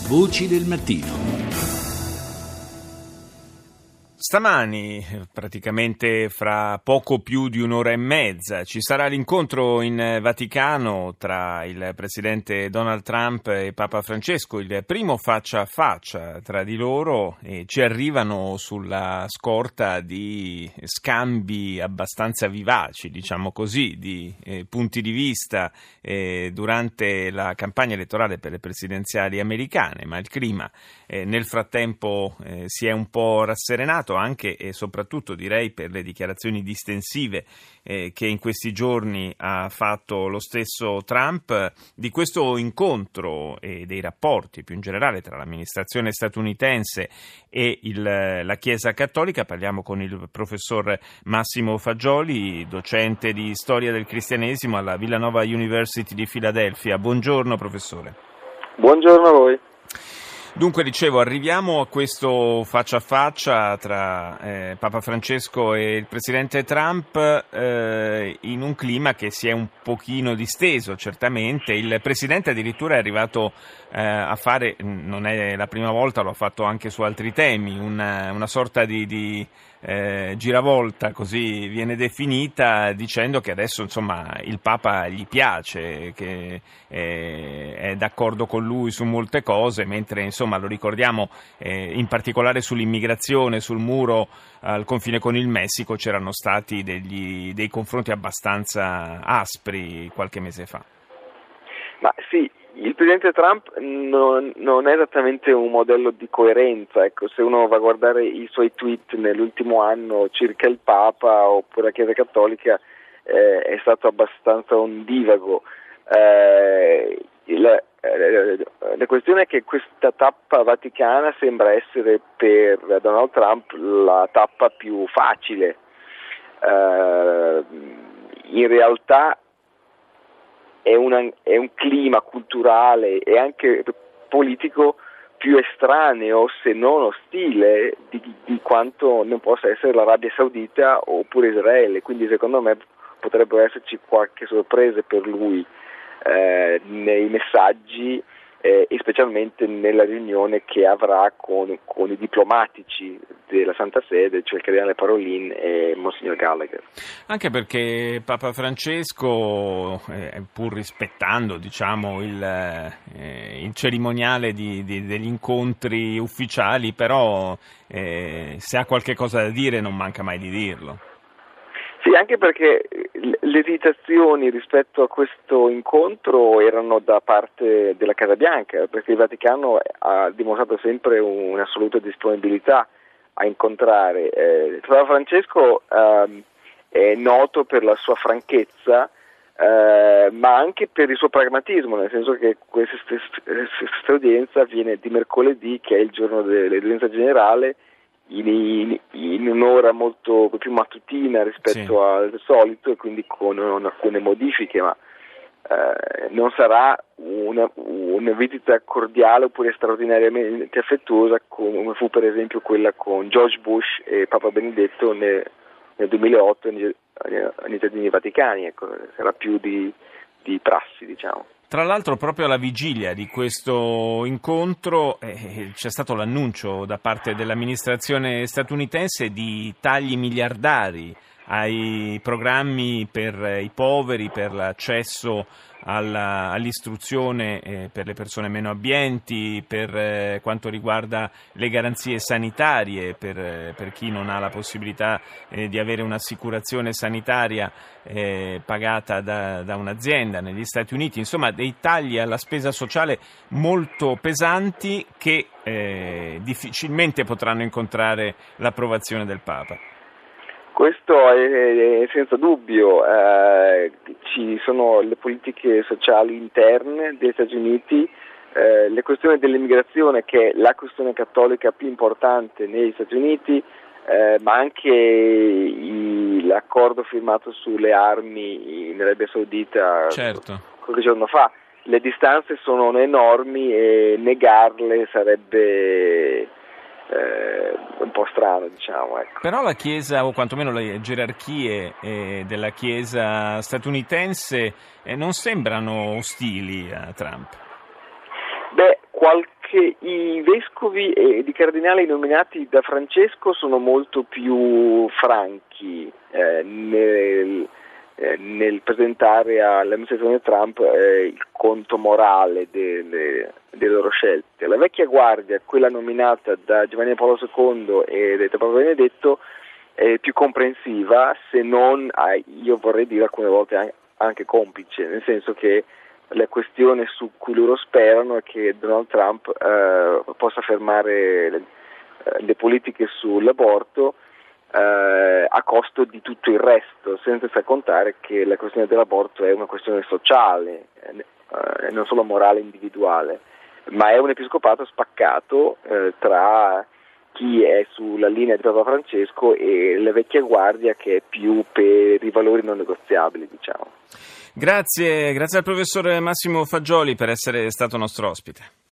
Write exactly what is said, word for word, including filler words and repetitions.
Voci del mattino. Stamani, praticamente fra poco più di un'ora e mezza, ci sarà l'incontro in Vaticano tra il presidente Donald Trump e Papa Francesco, il primo faccia a faccia tra di loro, e ci arrivano sulla scorta di scambi abbastanza vivaci, diciamo così, di eh, punti di vista eh, durante la campagna elettorale per le presidenziali americane, ma il clima eh, nel frattempo eh, si è un po' rasserenato, anche e soprattutto direi per le dichiarazioni distensive eh, che in questi giorni ha fatto lo stesso Trump. Di questo incontro e dei rapporti più in generale tra l'amministrazione statunitense e il, la Chiesa Cattolica parliamo con il professor Massimo Fagioli, docente di storia del cristianesimo alla Villanova University di Filadelfia. Buongiorno professore. Buongiorno a voi. Dunque, dicevo, arriviamo a questo faccia a faccia tra eh, Papa Francesco e il presidente Trump eh, in un clima che si è un pochino disteso, certamente. Il presidente addirittura è arrivato eh, a fare, non è la prima volta, lo ha fatto anche su altri temi, una, una sorta di, di eh, giravolta, così viene definita, dicendo che adesso insomma il Papa gli piace, che eh, è d'accordo con lui su molte cose, mentre insomma Insomma, lo ricordiamo, eh, in particolare sull'immigrazione, sul muro al confine con il Messico c'erano stati degli, dei confronti abbastanza aspri qualche mese fa. Ma sì, il presidente Trump non, non è esattamente un modello di coerenza, ecco, se uno va a guardare i suoi tweet nell'ultimo anno circa il Papa oppure la Chiesa Cattolica eh, è stato abbastanza ondivago. Eh, il, La questione è che questa tappa vaticana sembra essere per Donald Trump la tappa più facile. Uh, in realtà è, una, è un clima culturale e anche politico più estraneo, se non ostile, di, di quanto non possa essere l'Arabia Saudita oppure Israele. Quindi secondo me potrebbero esserci qualche sorpresa per lui Eh, nei messaggi eh, e specialmente nella riunione che avrà con, con i diplomatici della Santa Sede, cioè il cardinale Parolin e Monsignor Gallagher. Anche perché Papa Francesco, eh, pur rispettando diciamo il, eh, il cerimoniale di, di, degli incontri ufficiali, però eh, se ha qualche cosa da dire non manca mai di dirlo. Sì, anche perché le esitazioni rispetto a questo incontro erano da parte della Casa Bianca, perché il Vaticano ha dimostrato sempre un'assoluta disponibilità a incontrare. Eh, Papa Francesco eh, è noto per la sua franchezza, eh, ma anche per il suo pragmatismo, nel senso che questa stessa udienza avviene di mercoledì, che è il giorno dell'udienza generale, In, in, in un'ora molto più mattutina rispetto sì. al solito e quindi con, con alcune modifiche, ma eh, non sarà una, una visita cordiale oppure straordinariamente affettuosa come fu per esempio quella con George Bush e Papa Benedetto nel, nel duemilaotto negli Stati Vaticani, ecco, sarà più di, di prassi, diciamo. Tra l'altro proprio alla vigilia di questo incontro eh, c'è stato l'annuncio da parte dell'amministrazione statunitense di tagli miliardari ai programmi per i poveri, per l'accesso alla, all'istruzione eh, per le persone meno abbienti, per eh, quanto riguarda le garanzie sanitarie per, eh, per chi non ha la possibilità eh, di avere un'assicurazione sanitaria eh, pagata da, da un'azienda negli Stati Uniti. Insomma, dei tagli alla spesa sociale molto pesanti che eh, difficilmente potranno incontrare l'approvazione del Papa. Questo è, è senza dubbio, eh, ci sono le politiche sociali interne degli Stati Uniti, eh, le questioni dell'immigrazione, che è la questione cattolica più importante negli Stati Uniti, eh, ma anche i, l'accordo firmato sulle armi in Arabia Saudita certo. qualche giorno fa. Le distanze sono enormi e negarle sarebbe Eh, un po' strano, diciamo, ecco. Però la Chiesa, o quantomeno le gerarchie eh, della Chiesa statunitense eh, non sembrano ostili a Trump. Beh, qualche che i vescovi e i cardinali nominati da Francesco sono molto più franchi eh, nel, eh, nel presentare all'amministrazione Trump eh, il conto morale delle, delle loro scelte. La vecchia guardia, quella nominata da Giovanni Paolo secondo e da Papa Benedetto, è più comprensiva, se non, io vorrei dire alcune volte anche complice, nel senso che la questione su cui loro sperano è che Donald Trump eh, possa fermare le, le politiche sull'aborto eh, a costo di tutto il resto, senza contare che la questione dell'aborto è una questione sociale, eh, non solo morale individuale, ma è un episcopato spaccato eh, tra chi è sulla linea di Papa Francesco e la vecchia guardia che è più per i valori non negoziabili, diciamo. Grazie, grazie al professor Massimo Fagioli per essere stato nostro ospite.